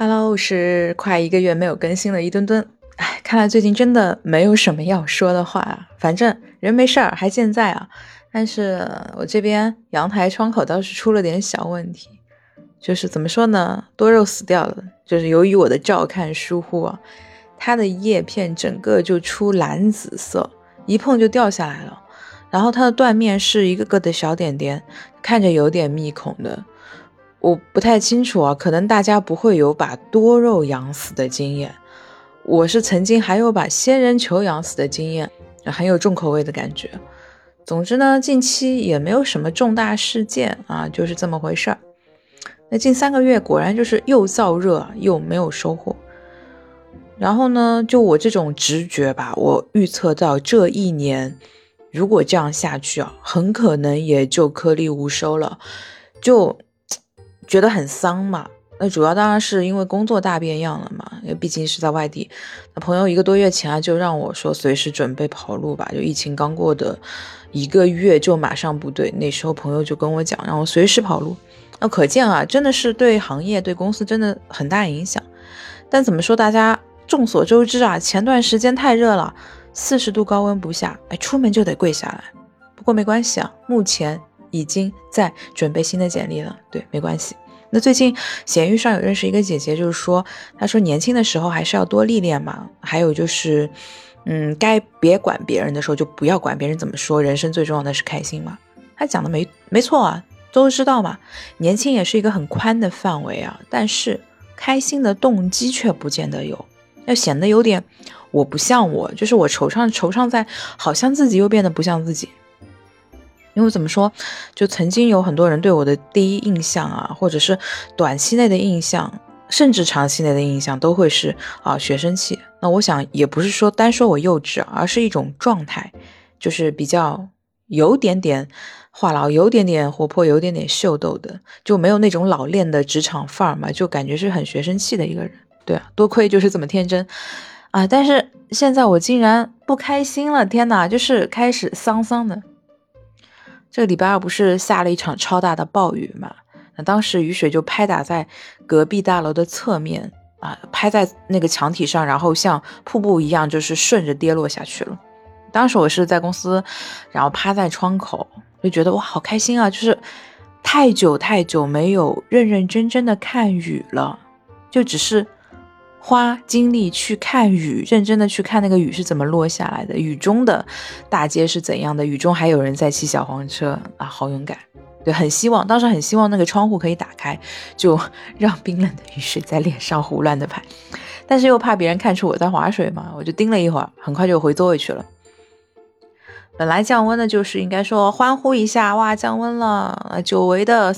Hello，是快1个月没有更新了一墩墩。看来最近真的没有什么要说的话啊。反正人没事儿，还健在啊。但是我这边阳台窗口倒是出了点小问题，就是怎么说呢，多肉死掉了。就是由于我的照看疏忽啊，它的叶片整个就出蓝紫色，一碰就掉下来了。然后它的断面是一个个的小点点，看着有点密孔的。我不太清楚啊，可能大家不会有把多肉养死的经验，我是曾经还有把仙人球养死的经验，很有重口味的感觉。总之呢，近期也没有什么重大事件啊，就是这么回事儿。那近3个月果然就是又燥热又没有收获。然后呢，就我这种直觉吧，我预测到这一年如果这样下去啊，很可能也就颗粒无收了，就觉得很丧嘛。那主要当然是因为工作大变样了嘛，因为毕竟是在外地。那朋友1个多月前就让我说随时准备跑路吧，就疫情刚过的1个月就马上部队，那时候朋友就跟我讲让我随时跑路。那可见啊，真的是对行业对公司真的很大影响。但怎么说，大家众所周知啊，前段时间太热了，40度高温不下，出门就得跪下来。不过没关系啊，目前已经在准备新的简历了，对，没关系。那最近闲鱼上有认识一个姐姐，就是说她说年轻的时候还是要多历练嘛，还有就是该别管别人的时候就不要管别人怎么说，人生最重要的是开心嘛。她讲的没错啊，都知道嘛，年轻也是一个很宽的范围啊，但是开心的动机却不见得有，要显得有点我不像我，就是我惆怅在好像自己又变得不像自己。因为怎么说，就曾经有很多人对我的第一印象啊，或者是短期内的印象，甚至长期内的印象都会是学生气。那我想也不是说单说我幼稚，而是一种状态，就是比较有点点话痨，有点点活泼，有点点秀逗的，就没有那种老练的职场范儿嘛，就感觉是很学生气的一个人。对啊，多亏就是这么天真啊！但是现在我竟然不开心了，天哪，就是开始丧丧的。这个礼拜2不是下了一场超大的暴雨嘛？那当时雨水就拍打在隔壁大楼的侧面拍在那个墙体上，然后像瀑布一样就是顺着跌落下去了。当时我是在公司，然后趴在窗口，就觉得哇好开心啊，就是太久没有认认真真的看雨了，就只是花精力去看雨，认真的去看那个雨是怎么落下来的，雨中的大街是怎样的，雨中还有人在骑小黄车好勇敢。对，当时很希望那个窗户可以打开，就让冰冷的雨水在脸上胡乱的拍，但是又怕别人看出我在划水嘛，我就盯了一会儿，很快就回座位去了。本来降温的就是应该说欢呼一下，哇降温了，久违的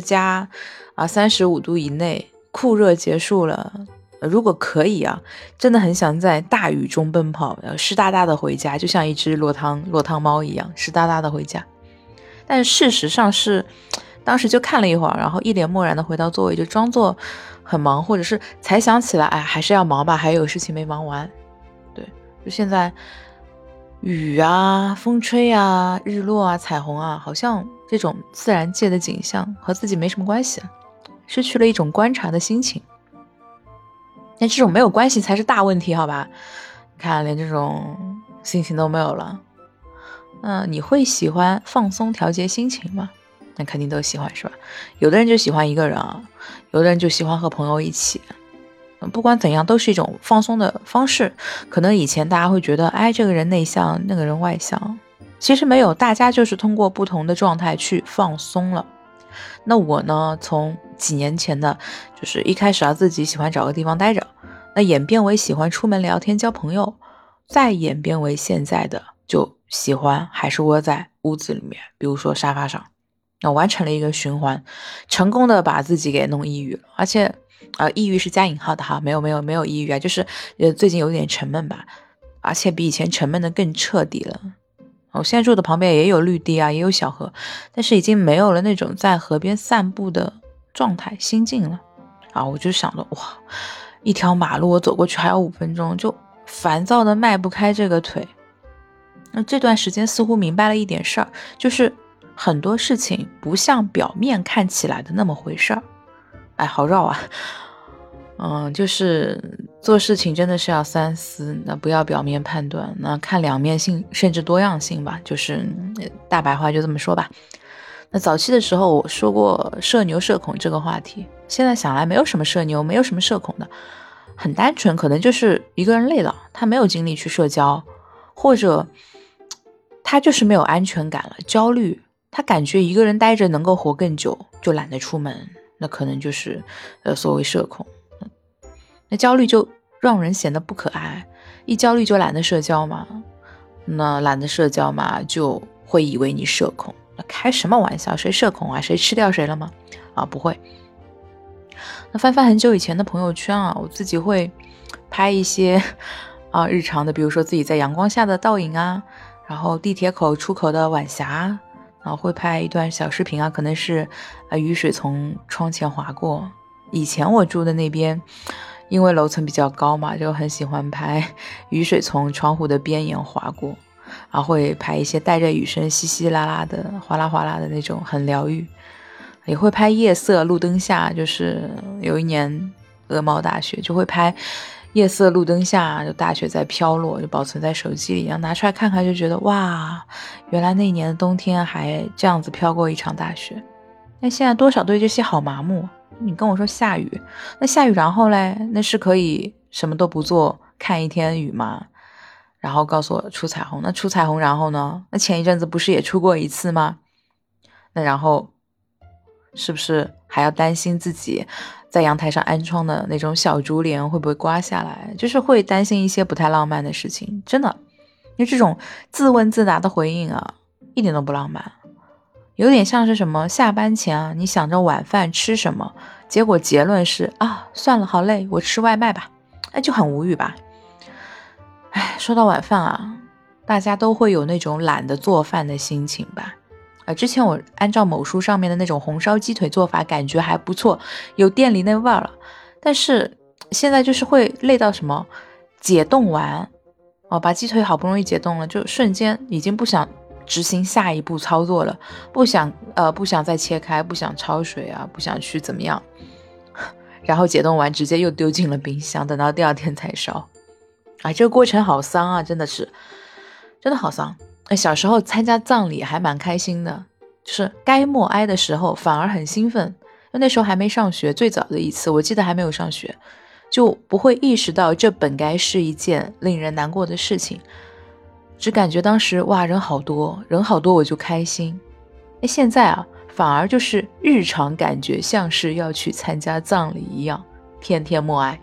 30+35度以内，酷热结束了。如果可以真的很想在大雨中奔跑，湿哒哒的回家，就像一只落汤猫一样，湿哒哒的回家。但事实上是当时就看了一会儿，然后一脸漠然的回到座位，就装作很忙，或者是才想起来还是要忙吧，还有事情没忙完。对，就现在雨风吹日落彩虹好像这种自然界的景象和自己没什么关系失去了一种观察的心情。但这种没有关系才是大问题，好吧？你看连这种心情都没有了。你会喜欢放松调节心情吗？那肯定都喜欢是吧？有的人就喜欢一个人有的人就喜欢和朋友一起。不管怎样都是一种放松的方式。可能以前大家会觉得这个人内向，那个人外向，其实没有，大家就是通过不同的状态去放松了。那我呢，从几年前的就是一开始自己喜欢找个地方待着，那演变为喜欢出门聊天交朋友，再演变为现在的就喜欢还是窝在屋子里面，比如说沙发上。那完成了一个循环，成功的把自己给弄抑郁了。而且抑郁是加引号的没有抑郁就是最近有点沉闷吧，而且比以前沉闷的更彻底了。我现在住的旁边也有绿地也有小河，但是已经没有了那种在河边散步的状态心境了我就想着哇，一条马路我走过去还要5分钟，就烦躁的迈不开这个腿。那这段时间似乎明白了一点事儿，就是很多事情不像表面看起来的那么回事儿。好绕就是做事情真的是要三思，那不要表面判断，那看两面性甚至多样性吧，就是大白话就这么说吧。那早期的时候我说过社牛社恐这个话题，现在想来没有什么社牛，没有什么社恐的，很单纯，可能就是一个人累了，他没有精力去社交，或者他就是没有安全感了，焦虑，他感觉一个人待着能够活更久，就懒得出门，那可能就是所谓社恐。那焦虑就让人显得不可爱，一焦虑就懒得社交嘛，那懒得社交嘛，就会以为你社恐。那开什么玩笑，谁社恐啊？谁吃掉谁了吗？不会。那翻翻很久以前的朋友圈啊，我自己会拍一些日常的，比如说自己在阳光下的倒影啊，然后地铁口出口的晚霞，然后会拍一段小视频啊，可能是雨水从窗前划过。以前我住的那边因为楼层比较高嘛，就很喜欢拍雨水从窗户的边沿划过，然后会拍一些带着雨声稀稀拉拉的哗啦哗啦的那种，很疗愈。也会拍夜色路灯下，就是有一年鹅毛大雪，就会拍夜色路灯下，就大雪在飘落，就保存在手机里，然后拿出来看看，就觉得哇，原来那一年的冬天还这样子飘过一场大雪。但现在多少对这些好麻木。你跟我说下雨，那下雨然后嘞，那是可以什么都不做看一天雨吗？然后告诉我出彩虹，那出彩虹然后呢？那前一阵子不是也出过一次吗？那然后是不是还要担心自己在阳台上安窗的那种小竹帘会不会刮下来？就是会担心一些不太浪漫的事情，真的，因为这种自问自答的回应啊，一点都不浪漫。有点像是什么下班前啊，你想着晚饭吃什么，结果结论是算了，好累，我吃外卖吧，就很无语吧。说到晚饭啊，大家都会有那种懒得做饭的心情吧。之前我按照某书上面的那种红烧鸡腿做法，感觉还不错，有店里那味儿了。但是现在就是会累到什么解冻完把鸡腿好不容易解冻了，就瞬间已经不想执行下一步操作了，不想再切开，不想焯水啊，不想去怎么样，然后解冻完直接又丢进了冰箱，等到第二天才烧。这个过程好丧啊，真的好丧。小时候参加葬礼还蛮开心的，就是该默哀的时候反而很兴奋，因为那时候还没上学，最早的一次我记得还没有上学，就不会意识到这本该是一件令人难过的事情，只感觉当时哇人好多我就开心。现在啊反而就是日常感觉像是要去参加葬礼一样，天天默哀。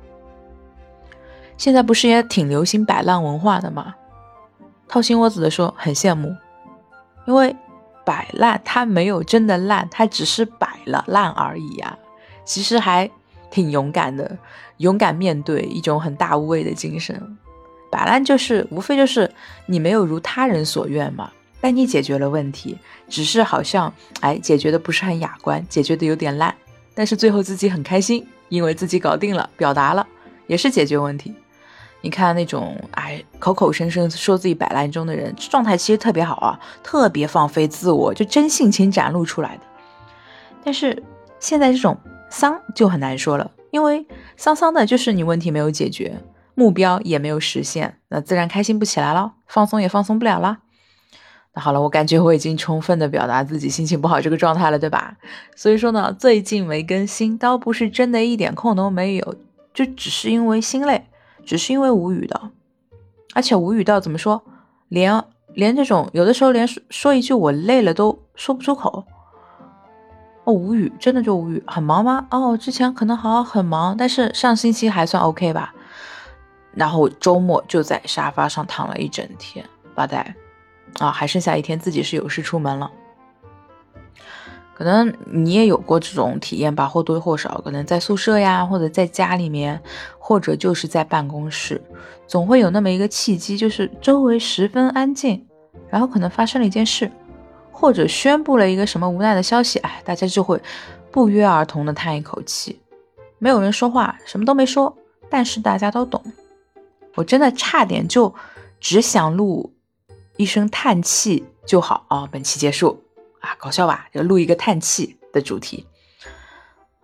现在不是也挺流行摆烂文化的吗？掏心窝子的说很羡慕，因为摆烂它没有真的烂，它只是摆了烂而已啊。其实还挺勇敢的，勇敢面对一种很大无畏的精神。摆烂就是无非就是你没有如他人所愿嘛，但你解决了问题，只是好像解决的不是很雅观，解决的有点烂，但是最后自己很开心，因为自己搞定了，表达了，也是解决问题。你看那种口口声声说自己摆烂中的人，状态其实特别好啊，特别放飞自我，就真性情展露出来的。但是现在这种丧就很难说了，因为丧丧的就是你问题没有解决，目标也没有实现，那自然开心不起来了，放松也放松不了了。那好了，我感觉我已经充分的表达自己心情不好这个状态了，对吧？所以说呢，最近没更新倒不是真的一点空都没有，就只是因为心累，只是因为无语的。而且无语到怎么说，连这种有的时候连说一句我累了都说不出口。无语，真的就无语。很忙吗？之前可能很忙，但是上星期还算 OK 吧。然后周末就在沙发上躺了一整天，发呆还剩下一天自己是有事出门了。可能你也有过这种体验吧，或多或少，可能在宿舍呀，或者在家里面，或者就是在办公室，总会有那么一个契机，就是周围十分安静，然后可能发生了一件事，或者宣布了一个什么无奈的消息，大家就会不约而同的叹一口气。没有人说话，什么都没说，但是大家都懂。我真的差点就只想录一声叹气就好本期结束搞笑吧，就录一个叹气的主题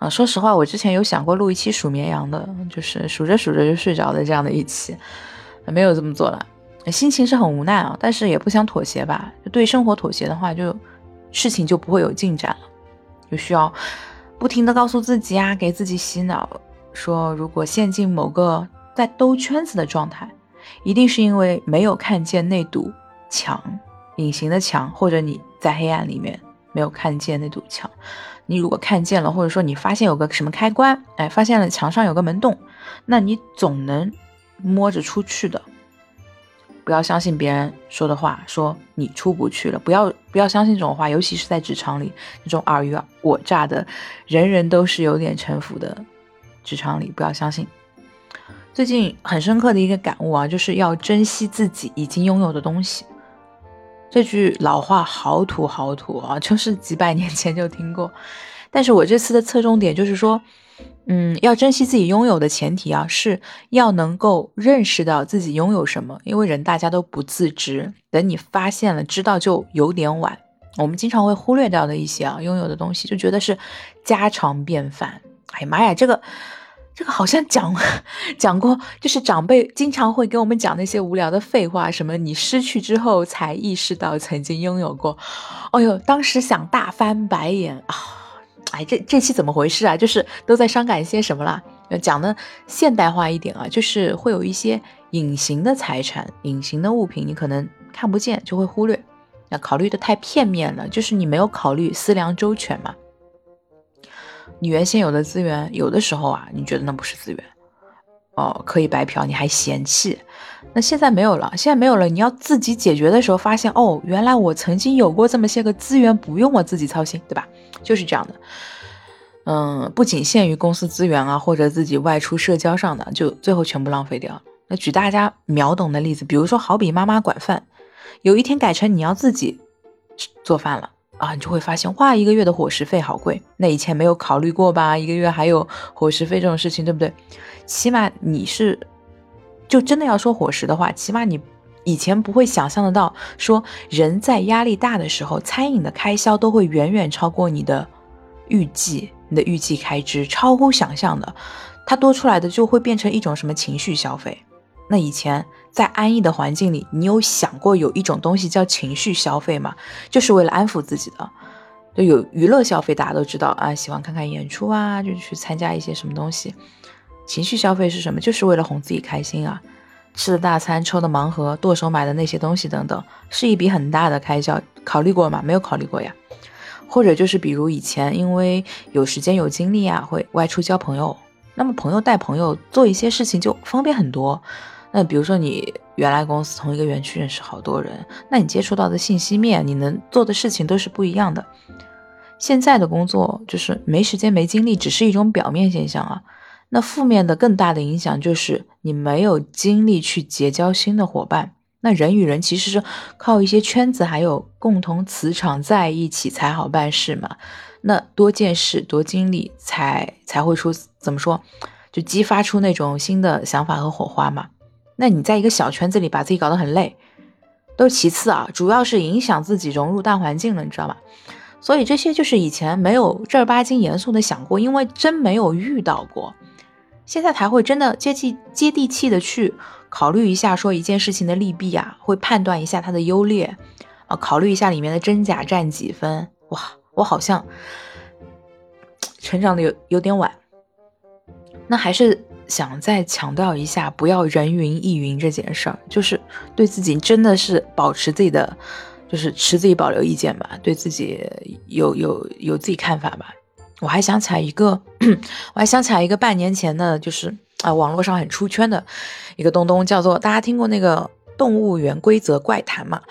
说实话，我之前有想过录一期数绵羊的，就是数着数着就睡着的这样的一期，没有这么做了。心情是很无奈啊，但是也不想妥协吧。就对生活妥协的话，就事情就不会有进展了，就需要不停的告诉自己啊，给自己洗脑，说如果陷进某个在兜圈子的状态，一定是因为没有看见那堵墙，隐形的墙，或者你在黑暗里面没有看见那堵墙。你如果看见了，或者说你发现有个什么开关，发现了墙上有个门洞，那你总能摸着出去的。不要相信别人说的话，说你出不去了，不要相信这种话，尤其是在职场里，这种尔虞我诈的，人人都是有点城府的职场里，不要相信。最近很深刻的一个感悟啊，就是要珍惜自己已经拥有的东西。这句老话好土好土啊，就是几百年前就听过。但是我这次的侧重点就是说，要珍惜自己拥有的前提啊，是要能够认识到自己拥有什么，因为人大家都不自知，等你发现了知道就有点晚。我们经常会忽略掉的一些拥有的东西，就觉得是家常便饭。哎呀妈呀，这个好像讲过，就是长辈经常会给我们讲那些无聊的废话，什么你失去之后才意识到曾经拥有过。哎呦，当时想大翻白眼啊！哎，这期怎么回事啊？就是都在伤感些什么啦？讲的现代化一点啊，就是会有一些隐形的财产、隐形的物品，你可能看不见，就会忽略。那考虑的太片面了，就是你没有考虑思量周全嘛。你原先有的资源，有的时候啊，你觉得那不是资源，可以白嫖，你还嫌弃。那现在没有了，你要自己解决的时候，发现原来我曾经有过这么些个资源，不用我自己操心，对吧？就是这样的。不仅限于公司资源啊，或者自己外出社交上的，就最后全部浪费掉。那举大家秒懂的例子，比如说好比妈妈管饭，有一天改成你要自己做饭了啊，你就会发现哇，一个月的伙食费好贵。那以前没有考虑过吧，一个月还有伙食费这种事情，对不对？起码你是就真的要说伙食的话，起码你以前不会想象得到，说人在压力大的时候，餐饮的开销都会远远超过你的预计开支，超乎想象的，它多出来的就会变成一种什么情绪消费。那以前在安逸的环境里，你有想过有一种东西叫情绪消费吗？就是为了安抚自己的。就有娱乐消费，大家都知道啊，喜欢看看演出啊，就去参加一些什么东西。情绪消费是什么？就是为了哄自己开心啊，吃的大餐、抽的盲盒、剁手买的那些东西等等，是一笔很大的开销，考虑过吗？没有考虑过呀。或者就是比如以前因为有时间有精力啊，会外出交朋友，那么朋友带朋友做一些事情就方便很多。那比如说你原来公司同一个园区认识好多人，那你接触到的信息面，你能做的事情都是不一样的。现在的工作就是没时间没精力，只是一种表面现象啊。那负面的更大的影响就是你没有精力去结交新的伙伴。那人与人其实是靠一些圈子还有共同磁场在一起才好办事嘛。那多见识多经历才会出，怎么说，就激发出那种新的想法和火花嘛。那你在一个小圈子里把自己搞得很累都是其次啊，主要是影响自己融入大环境了，你知道吗？所以这些就是以前没有正儿八经严肃的想过，因为真没有遇到过，现在才会真的接地气的去考虑一下说一件事情的利弊啊，会判断一下它的优劣考虑一下里面的真假占几分。哇，我好像成长的有点晚。那还是想再强调一下，不要人云亦云这件事儿，就是对自己真的是保持自己的，就是持自己保留意见吧，对自己有自己看法吧。我还想起来一个半年前的，就是网络上很出圈的一个东叫做，大家听过那个动物园规则怪谈嘛？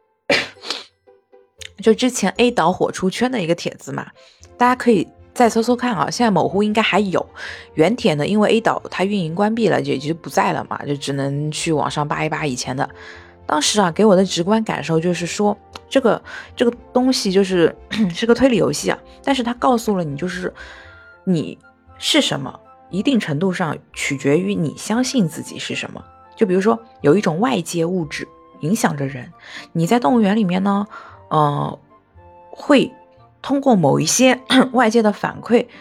就之前 A 岛火出圈的一个帖子嘛，大家可以再搜搜看啊，现在某乎应该还有原帖呢，因为 A 岛它运营关闭了，也就不在了嘛，就只能去网上扒一扒以前的。当时给我的直观感受就是说，这个东西就是是个推理游戏啊，但是它告诉了你，就是你是什么，一定程度上取决于你相信自己是什么。就比如说有一种外界物质影响着人，你在动物园里面呢，会通过某一些外界的反馈，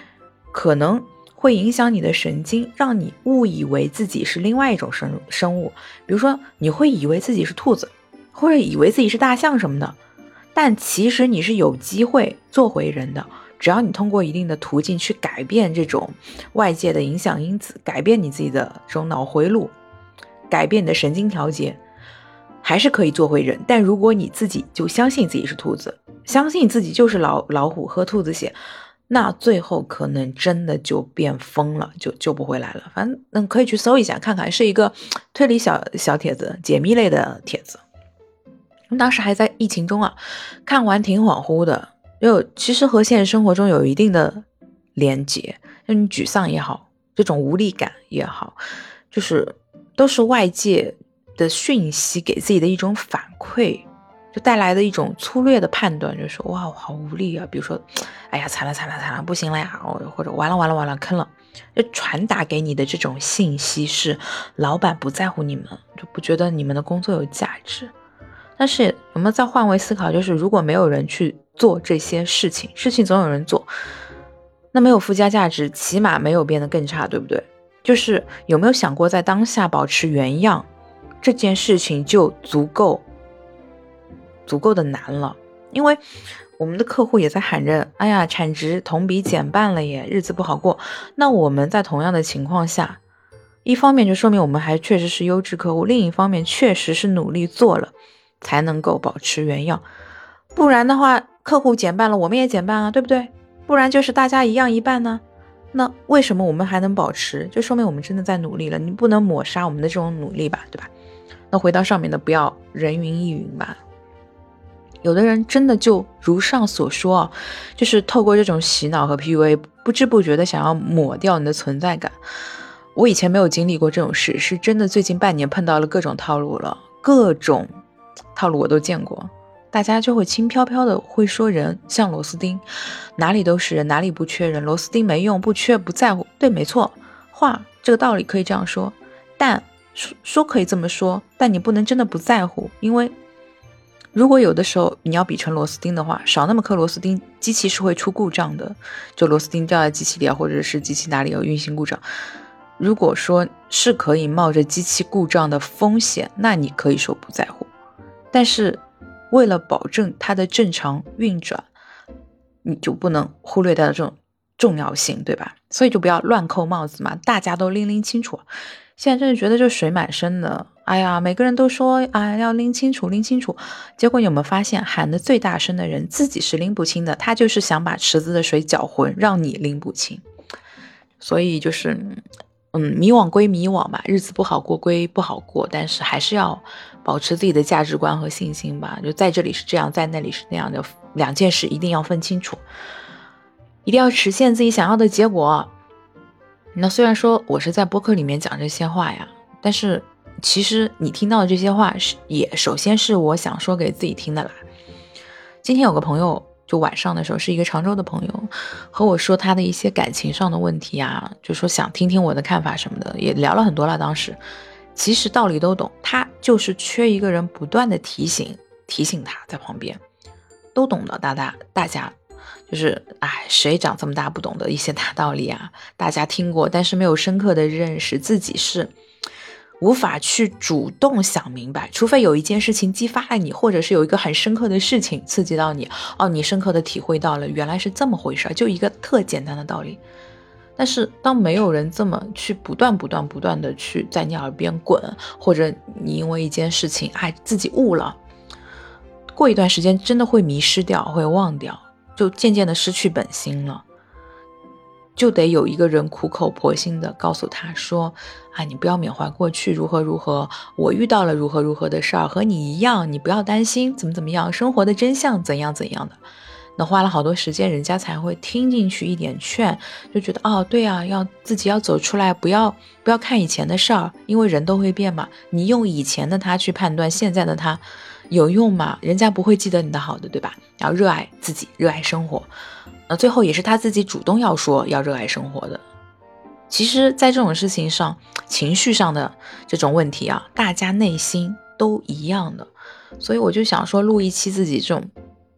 可能会影响你的神经，让你误以为自己是另外一种生物。比如说你会以为自己是兔子，或者以为自己是大象什么的，但其实你是有机会做回人的，只要你通过一定的途径去改变这种外界的影响因子，改变你自己的这种脑回路，改变你的神经调节，还是可以做回人。但如果你自己就相信自己是兔子，相信自己就是老虎喝兔子血，那最后可能真的就变疯了，就救不回来了。反正可以去搜一下看看，是一个推理小帖子，解密类的帖子。当时还在疫情中啊，看完挺恍惚的，其实和现实生活中有一定的连结，就你沮丧也好，这种无力感也好，就是都是外界的讯息给自己的一种反馈，就带来的一种粗略的判断，就是说哇，我好无力啊，比如说哎呀惨了不行了呀，或者完了坑了，就传达给你的这种信息是老板不在乎你们，就不觉得你们的工作有价值。但是有没有再换位思考，就是如果没有人去做这些事情总有人做，那没有附加价值，起码没有变得更差，对不对？就是有没有想过在当下保持原样这件事情就足够的难了。因为我们的客户也在喊着哎呀产值同比减半了耶，日子不好过。那我们在同样的情况下，一方面就说明我们还确实是优质客户，另一方面确实是努力做了才能够保持原样，不然的话客户减半了我们也减半啊，对不对？不然就是大家一样一半呢，那为什么我们还能保持？就说明我们真的在努力了，你不能抹杀我们的这种努力吧，对吧？那回到上面的，不要人云亦云吧。有的人真的就如上所说啊，就是透过这种洗脑和 PUA 不知不觉的想要抹掉你的存在感。我以前没有经历过这种事，是真的最近半年碰到了各种套路了，各种套路我都见过。大家就会轻飘飘的会说人像螺丝钉，哪里都是人，哪里不缺人，螺丝钉没用，不缺不在乎。对，没错，话这个道理可以这样说，但说可以这么说，但你不能真的不在乎。因为如果有的时候你要比成螺丝钉的话，少那么颗螺丝钉，机器是会出故障的，就螺丝钉掉在机器里啊，或者是机器哪里有运行故障。如果说是可以冒着机器故障的风险，那你可以说不在乎，但是为了保证它的正常运转，你就不能忽略掉这种重要性，对吧？所以就不要乱扣帽子嘛，大家都拎清楚。现在真的觉得就水满身的，哎呀，每个人都说啊要拎清楚，结果你有没有发现，喊得最大声的人自己是拎不清的，他就是想把池子的水搅浑，让你拎不清。所以就是迷惘归迷惘吧，日子不好过归不好过，但是还是要保持自己的价值观和信心吧。就在这里是这样，在那里是那样的，两件事一定要分清楚，一定要实现自己想要的结果。那虽然说我是在播客里面讲这些话呀，但是其实你听到的这些话也首先是我想说给自己听的啦。今天有个朋友就晚上的时候，是一个常州的朋友和我说他的一些感情上的问题啊，就说想听听我的看法什么的，也聊了很多了。当时其实道理都懂，他就是缺一个人不断的提醒他，在旁边都懂的。大家就是谁长这么大不懂的一些大道理啊，大家听过，但是没有深刻的认识，自己是无法去主动想明白，除非有一件事情激发了你，或者是有一个很深刻的事情刺激到你，你深刻的体会到了原来是这么回事，就一个特简单的道理。但是当没有人这么去不断的去在你耳边滚，或者你因为一件事情自己悟了，过一段时间真的会迷失掉，会忘掉，就渐渐的失去本心了。就得有一个人苦口婆心的告诉他说你不要缅怀过去如何，我遇到了如何的事儿，和你一样，你不要担心怎么样，生活的真相怎样的。那花了好多时间，人家才会听进去一点劝，就觉得对啊，自己要走出来，不要看以前的事儿，因为人都会变嘛，你用以前的他去判断现在的他有用吗？人家不会记得你的好的，对吧？要热爱自己，热爱生活。最后也是他自己主动要说要热爱生活的。其实在这种事情上，情绪上的这种问题大家内心都一样的。所以我就想说录一期自己这种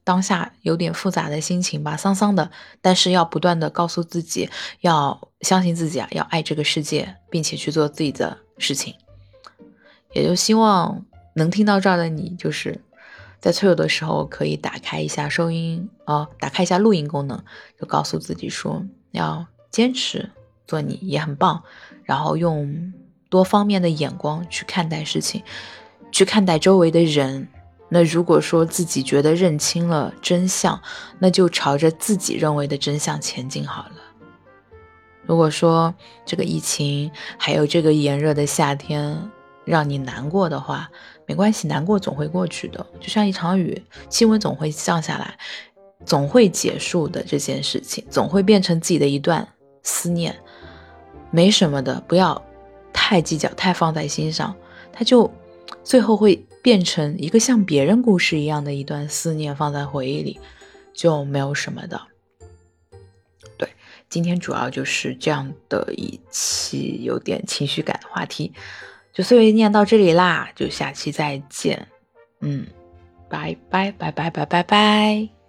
当下有点复杂的心情吧，丧丧的，但是要不断的告诉自己，要相信自己啊，要爱这个世界，并且去做自己的事情。也就希望能听到这儿的你，就是在脆弱的时候可以打开一下收音打开一下录音功能，就告诉自己说要坚持做你也很棒，然后用多方面的眼光去看待事情，去看待周围的人。那如果说自己觉得认清了真相，那就朝着自己认为的真相前进好了。如果说这个疫情还有这个炎热的夏天让你难过的话，没关系，难过总会过去的，就像一场雨，气温总会降下来，总会结束的，这件事情总会变成自己的一段思念，没什么的，不要太计较，太放在心上，它就最后会变成一个像别人故事一样的一段思念，放在回忆里就没有什么的。对，今天主要就是这样的一期有点情绪感的话题，就碎碎念到这里啦，就下期再见。拜拜拜拜拜拜拜。